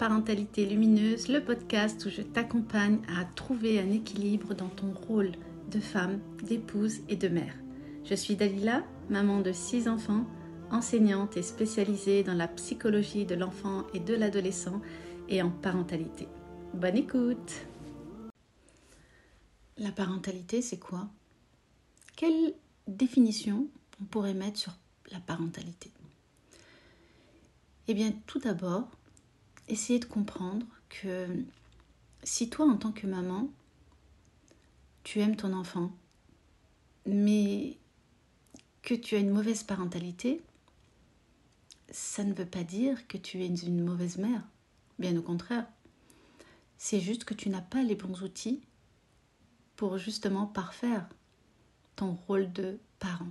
Parentalité Lumineuse, le podcast où je t'accompagne à trouver un équilibre dans ton rôle de femme, d'épouse et de mère. Je suis Dalila, maman de 6 enfants, enseignante et spécialisée dans la psychologie de l'enfant et de l'adolescent et en parentalité. Bonne écoute! La parentalité, c'est quoi? Quelle définition on pourrait mettre sur la parentalité? Eh bien, tout d'abord, essayez de comprendre que si toi, en tant que maman, tu aimes ton enfant, mais que tu as une mauvaise parentalité, ça ne veut pas dire que tu es une mauvaise mère. Bien au contraire. C'est juste que tu n'as pas les bons outils pour justement parfaire ton rôle de parent.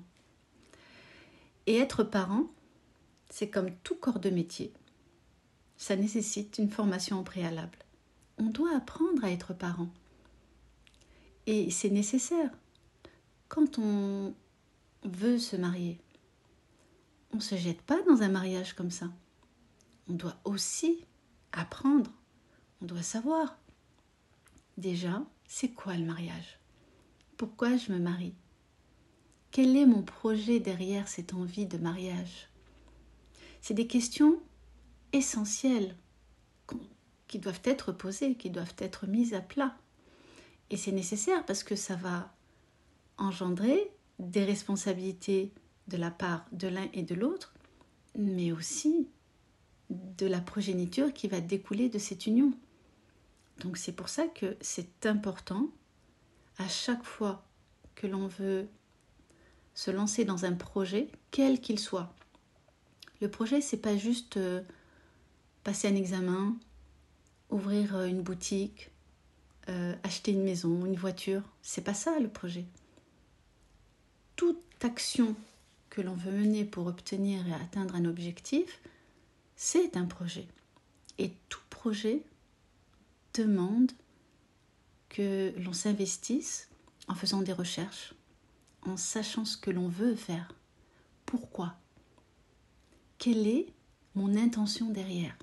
Et être parent, c'est comme tout corps de métier. Ça nécessite une formation au préalable. On doit apprendre à être parent. Et c'est nécessaire. Quand on veut se marier, on ne se jette pas dans un mariage comme ça. On doit aussi apprendre. On doit savoir. Déjà, c'est quoi le mariage? Pourquoi je me marie? Quel est mon projet derrière cette envie de mariage? C'est des questions essentielles qui doivent être posées, qui doivent être mises à plat. Et c'est nécessaire parce que ça va engendrer des responsabilités de la part de l'un et de l'autre, mais aussi de la progéniture qui va découler de cette union. Donc c'est pour ça que c'est important, à chaque fois que l'on veut se lancer dans un projet, quel qu'il soit. Le projet, c'est pas juste passer un examen, ouvrir une boutique, acheter une maison, une voiture. C'est pas ça le projet. Toute action que l'on veut mener pour obtenir et atteindre un objectif, c'est un projet. Et tout projet demande que l'on s'investisse en faisant des recherches, en sachant ce que l'on veut faire. Pourquoi? Quelle est mon intention derrière?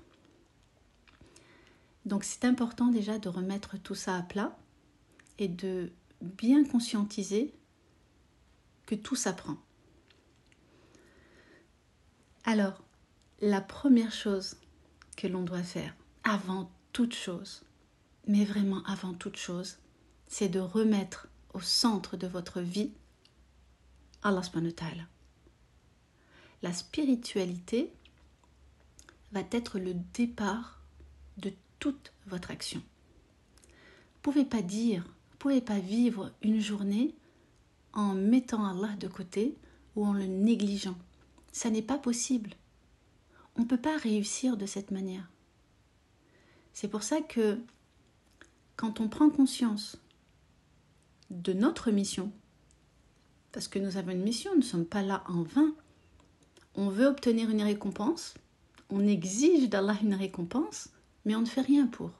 Donc c'est important déjà de remettre tout ça à plat et de bien conscientiser que tout s'apprend. Alors, la première chose que l'on doit faire, avant toute chose, mais vraiment avant toute chose, c'est de remettre au centre de votre vie Allah subhanahu wa ta'ala. La spiritualité va être le départ de toute votre action. Vous ne pouvez pas vivre une journée en mettant Allah de côté ou en le négligeant. Ça n'est pas possible. On ne peut pas réussir de cette manière. C'est pour ça que quand on prend conscience de notre mission, parce que nous avons une mission, nous ne sommes pas là en vain, on veut obtenir une récompense, on exige d'Allah une récompense, mais on ne fait rien pour.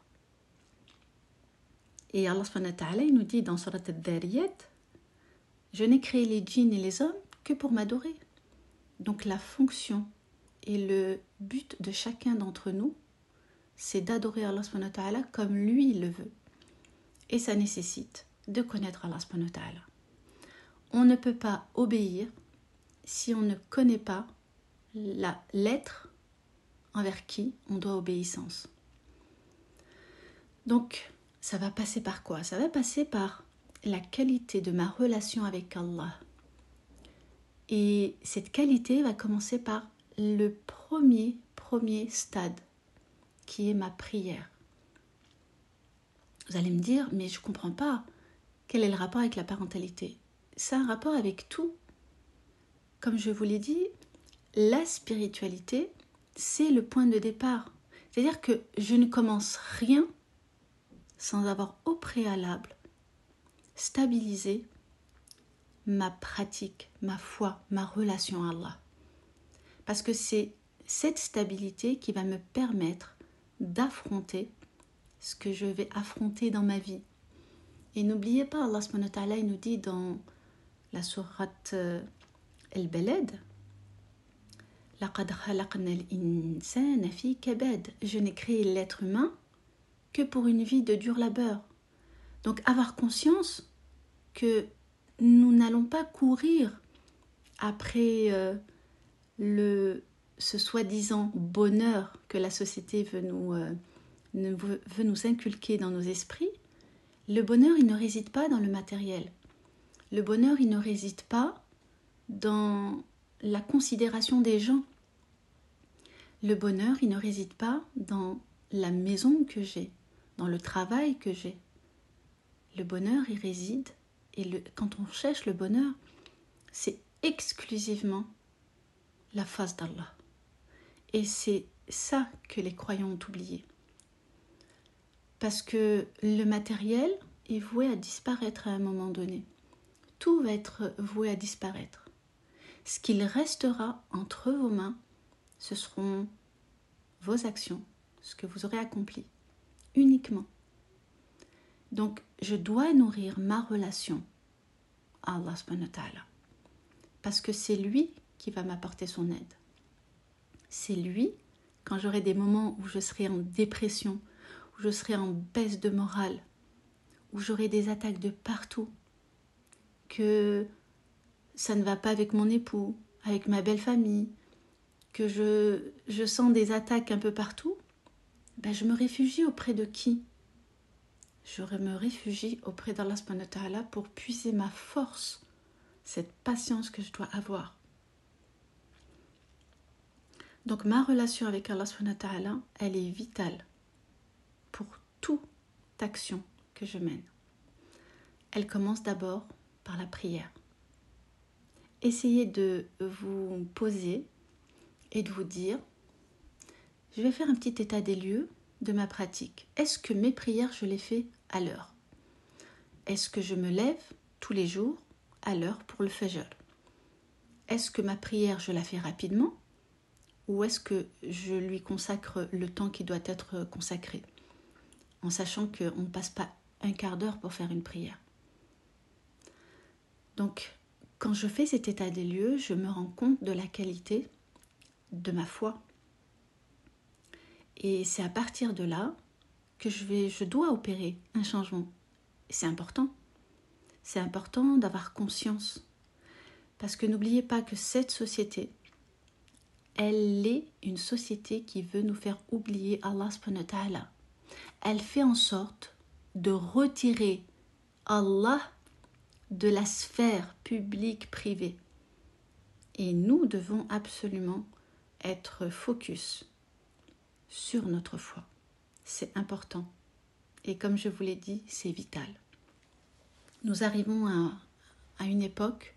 Et Allah subhanahu wa ta'ala nous dit dans Surat al-Dhariyat, je n'ai créé les djinns et les hommes que pour m'adorer. Donc la fonction et le but de chacun d'entre nous, c'est d'adorer Allah subhanahu wa ta'ala comme lui le veut. Et ça nécessite de connaître Allah subhanahu wa ta'ala. On ne peut pas obéir si on ne connaît pas l'être envers qui on doit obéissance. Donc, ça va passer par quoi? Ça va passer par la qualité de ma relation avec Allah. Et cette qualité va commencer par le premier stade, qui est ma prière. Vous allez me dire, mais je ne comprends pas, quel est le rapport avec la parentalité? C'est un rapport avec tout. Comme je vous l'ai dit, la spiritualité, c'est le point de départ. C'est-à-dire que je ne commence rien sans avoir au préalable stabilisé ma pratique, ma foi, ma relation à Allah. Parce que c'est cette stabilité qui va me permettre d'affronter ce que je vais affronter dans ma vie. Et n'oubliez pas, Allah subhanahu wa ta'ala, il nous dit dans la sourate Al-Balad, لَقَدْ خَلَقْنَا الْإِنسَانَ فِي كَبَدٍ. Je n'ai créé l'être humain que pour une vie de dur labeur. Donc avoir conscience que nous n'allons pas courir après ce soi-disant bonheur que la société veut nous inculquer dans nos esprits. Le bonheur, il ne réside pas dans le matériel. Le bonheur, il ne réside pas dans la considération des gens. Le bonheur, il ne réside pas dans la maison que j'ai, dans le travail que j'ai. Le bonheur, il réside, et quand on cherche le bonheur, c'est exclusivement la face d'Allah. Et c'est ça que les croyants ont oublié. Parce que le matériel est voué à disparaître à un moment donné. Tout va être voué à disparaître. Ce qu'il restera entre vos mains, ce seront vos actions, ce que vous aurez accompli, uniquement. Donc, je dois nourrir ma relation à Allah subhanahu wa ta'ala. Parce que c'est lui qui va m'apporter son aide. C'est lui, quand j'aurai des moments où je serai en dépression, où je serai en baisse de morale, où j'aurai des attaques de partout, que ça ne va pas avec mon époux, avec ma belle famille, que je sens des attaques un peu partout, ben je me réfugie auprès de qui? Je me réfugie auprès d'Allah subhanahu wa ta'ala pour puiser ma force, cette patience que je dois avoir. Donc ma relation avec Allah subhanahu wa ta'ala, elle est vitale pour toute action que je mène. Elle commence d'abord par la prière. Essayez de vous poser et de vous dire, je vais faire un petit état des lieux de ma pratique. Est-ce que mes prières, je les fais à l'heure? Est-ce que je me lève tous les jours à l'heure pour le fajr? Est-ce que ma prière, je la fais rapidement? Ou est-ce que je lui consacre le temps qui doit être consacré? En sachant qu'on ne passe pas un quart d'heure pour faire une prière. Donc, quand je fais cet état des lieux, je me rends compte de la qualité de ma foi. Et c'est à partir de là que je dois opérer un changement. Et c'est important. C'est important d'avoir conscience. Parce que n'oubliez pas que cette société, elle est une société qui veut nous faire oublier Allah subhanahu wa ta'ala. Elle fait en sorte de retirer Allah de la sphère publique privée. Et nous devons absolument être focus sur notre foi. C'est important. Et comme je vous l'ai dit, c'est vital. Nous arrivons à une époque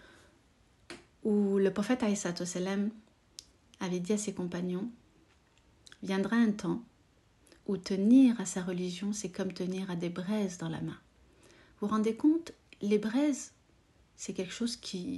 où le prophète alayhi salatu wassalam avait dit à ses compagnons, viendra un temps où tenir à sa religion, c'est comme tenir à des braises dans la main. Vous vous rendez compte, les braises, c'est quelque chose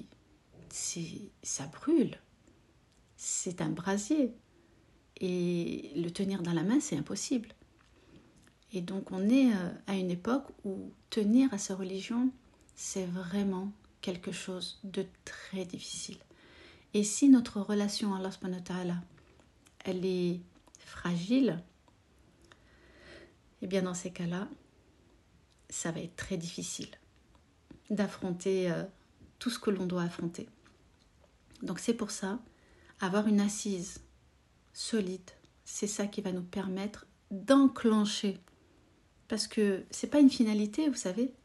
ça brûle. C'est un brasier. Et le tenir dans la main, c'est impossible. Et donc on est à une époque où tenir à sa religion, c'est vraiment quelque chose de très difficile. Et si notre relation à Allah subhanahu wa ta'ala, elle est fragile, et bien dans ces cas-là, ça va être très difficile d'affronter tout ce que l'on doit affronter. Donc c'est pour ça, avoir une assise solide, c'est ça qui va nous permettre d'enclencher. Parce que c'est pas une finalité, vous savez.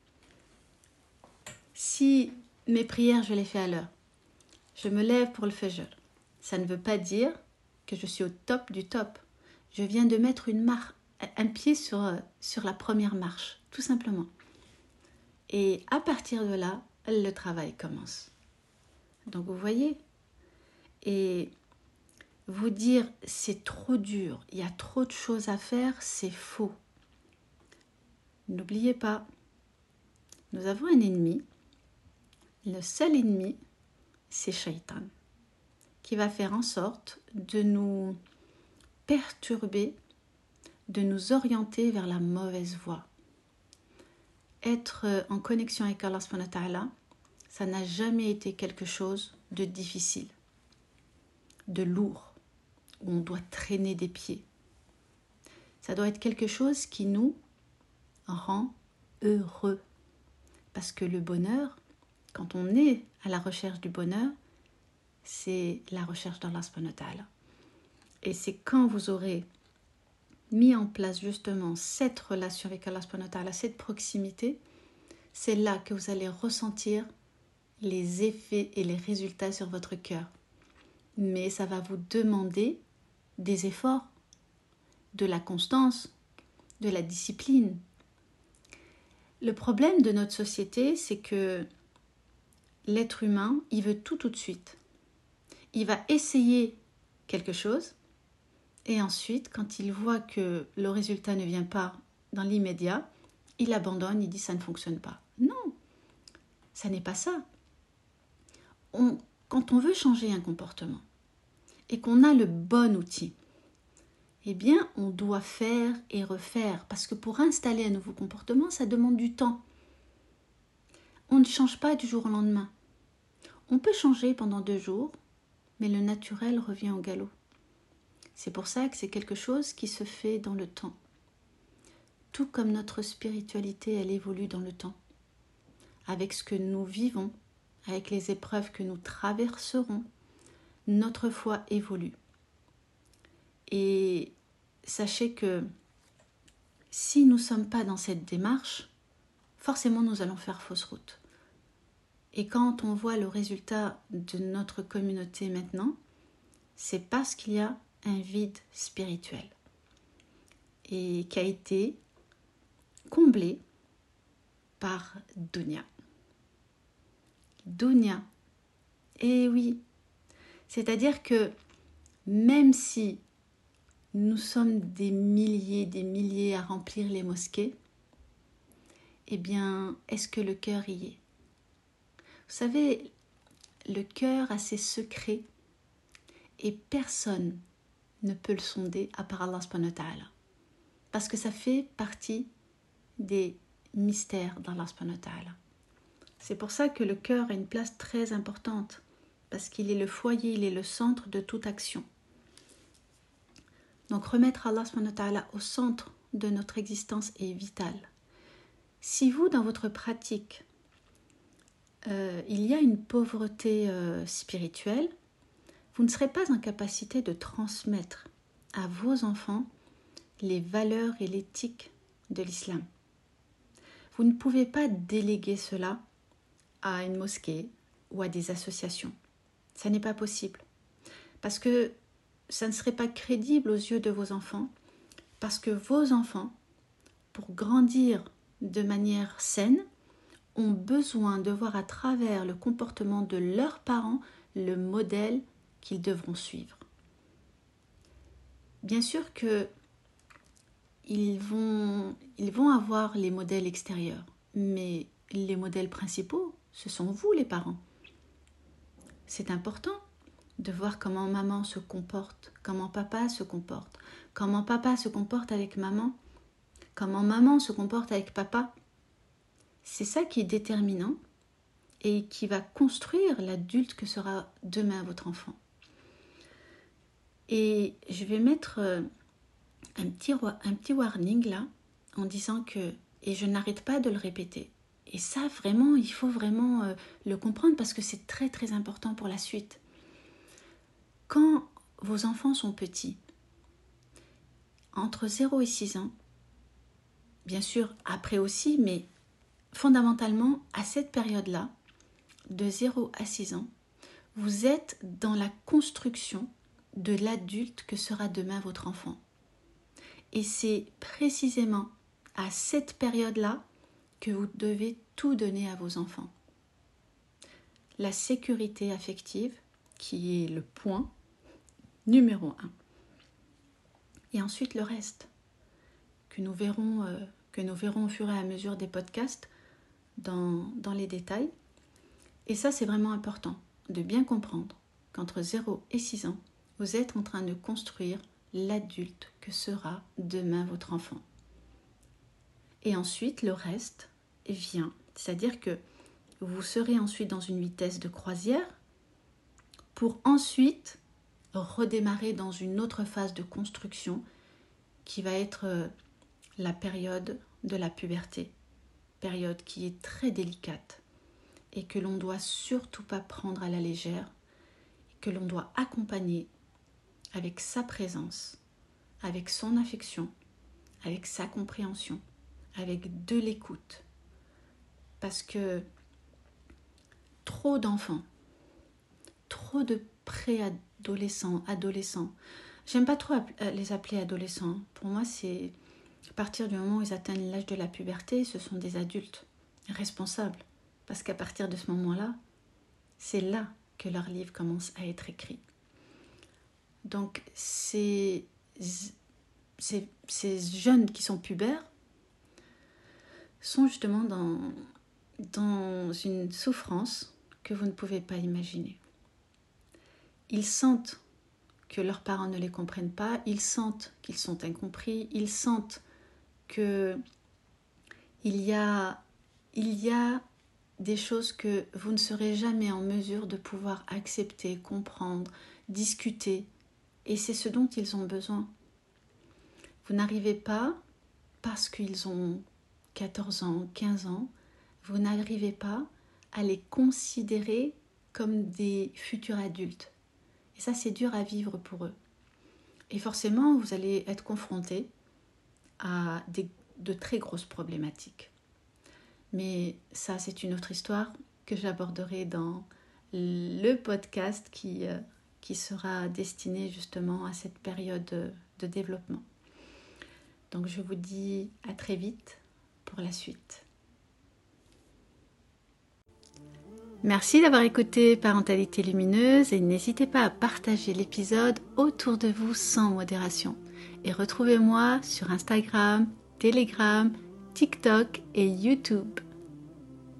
Si mes prières, je les fais à l'heure, je me lève pour le fajr, ça ne veut pas dire que je suis au top du top. Je viens de mettre un pied sur la première marche, tout simplement. Et à partir de là, le travail commence. Donc vous voyez, et vous dire c'est trop dur, il y a trop de choses à faire, c'est faux. N'oubliez pas, nous avons un ennemi. Le seul ennemi, c'est Shaitan, qui va faire en sorte de nous perturber, de nous orienter vers la mauvaise voie. Être en connexion avec Allah subhanahu wa ta'ala, ça n'a jamais été quelque chose de difficile. de lourd, où on doit traîner des pieds. Ça doit être quelque chose qui nous rend heureux. Parce que le bonheur, quand on est à la recherche du bonheur, c'est la recherche d'Allah subhanahu wa ta'ala. Et c'est quand vous aurez mis en place justement cette relation avec Allah subhanahu wa ta'ala, cette proximité, c'est là que vous allez ressentir les effets et les résultats sur votre cœur. Mais ça va vous demander des efforts, de la constance, de la discipline. Le problème de notre société, c'est que l'être humain, il veut tout de suite. Il va essayer quelque chose et ensuite, quand il voit que le résultat ne vient pas dans l'immédiat, il abandonne, il dit ça ne fonctionne pas. Non, ça n'est pas ça. Quand on veut changer un comportement et qu'on a le bon outil, eh bien, on doit faire et refaire parce que pour installer un nouveau comportement, ça demande du temps. On ne change pas du jour au lendemain. On peut changer pendant 2 jours, mais le naturel revient au galop. C'est pour ça que c'est quelque chose qui se fait dans le temps. Tout comme notre spiritualité, elle évolue dans le temps. Avec ce que nous vivons, avec les épreuves que nous traverserons, notre foi évolue. Et sachez que si nous ne sommes pas dans cette démarche, forcément nous allons faire fausse route. Et quand on voit le résultat de notre communauté maintenant, c'est parce qu'il y a un vide spirituel et qui a été comblé par Dunya. Dunya. Et oui, c'est-à-dire que même si nous sommes des milliers à remplir les mosquées, eh bien, est-ce que le cœur y est? Vous savez, le cœur a ses secrets et personne ne peut le sonder à part Allah subhanahu wa ta'ala. Parce que ça fait partie des mystères d'Allah subhanahu wa ta'ala. C'est pour ça que le cœur a une place très importante, parce qu'il est le foyer, il est le centre de toute action. Donc remettre Allah subhanahu wa ta'ala au centre de notre existence est vital. Si vous, dans votre pratique, il y a une pauvreté spirituelle, vous ne serez pas en capacité de transmettre à vos enfants les valeurs et l'éthique de l'islam. Vous ne pouvez pas déléguer cela à une mosquée ou à des associations. Ça n'est pas possible. Parce que ça ne serait pas crédible aux yeux de vos enfants, parce que vos enfants, pour grandir de manière saine, ont besoin de voir à travers le comportement de leurs parents le modèle qu'ils devront suivre. Bien sûr que ils vont avoir les modèles extérieurs, mais les modèles principaux, ce sont vous les parents. C'est important de voir comment maman se comporte, comment papa se comporte, comment papa se comporte avec maman, comment maman se comporte avec papa. C'est ça qui est déterminant et qui va construire l'adulte que sera demain votre enfant. Et je vais mettre un petit warning là, en disant que, et je n'arrête pas de le répéter, et ça vraiment, il faut vraiment le comprendre parce que c'est très très important pour la suite. Quand vos enfants sont petits, entre 0 et 6 ans, bien sûr après aussi, mais fondamentalement à cette période-là, de 0 à 6 ans, vous êtes dans la construction de l'adulte que sera demain votre enfant. Et c'est précisément à cette période-là que vous devez tout donner à vos enfants. La sécurité affective, qui est le point numéro 1. Et ensuite le reste, que nous verrons au fur et à mesure des podcasts dans les détails. Et ça, c'est vraiment important de bien comprendre qu'entre 0 et 6 ans, vous êtes en train de construire l'adulte que sera demain votre enfant. Et ensuite, le reste vient. C'est-à-dire que vous serez ensuite dans une vitesse de croisière pour ensuite redémarrer dans une autre phase de construction qui va être la période de la puberté, période qui est très délicate et que l'on ne doit surtout pas prendre à la légère, que l'on doit accompagner avec sa présence, avec son affection, avec sa compréhension, avec de l'écoute. Parce que trop d'enfants, trop de préadolescents, adolescents, j'aime pas trop les appeler adolescents. Pour moi, c'est à partir du moment où ils atteignent l'âge de la puberté, ce sont des adultes responsables. Parce qu'à partir de ce moment-là, c'est là que leur livre commence à être écrit. Donc, ces jeunes qui sont pubères sont justement dans une souffrance que vous ne pouvez pas imaginer. Ils sentent que leurs parents ne les comprennent pas, ils sentent qu'ils sont incompris, ils sentent qu'il y a des choses que vous ne serez jamais en mesure de pouvoir accepter, comprendre, discuter. Et c'est ce dont ils ont besoin. Vous n'arrivez pas, parce qu'ils ont 14 ans, 15 ans, vous n'arrivez pas à les considérer comme des futurs adultes. Et ça, c'est dur à vivre pour eux. Et forcément, vous allez être confrontés à de très grosses problématiques. Mais ça, c'est une autre histoire que j'aborderai dans le podcast qui sera destiné justement à cette période de développement. Donc je vous dis à très vite pour la suite. Merci d'avoir écouté Parentalité Lumineuse et n'hésitez pas à partager l'épisode autour de vous sans modération. Et retrouvez-moi sur Instagram, Telegram, TikTok et YouTube.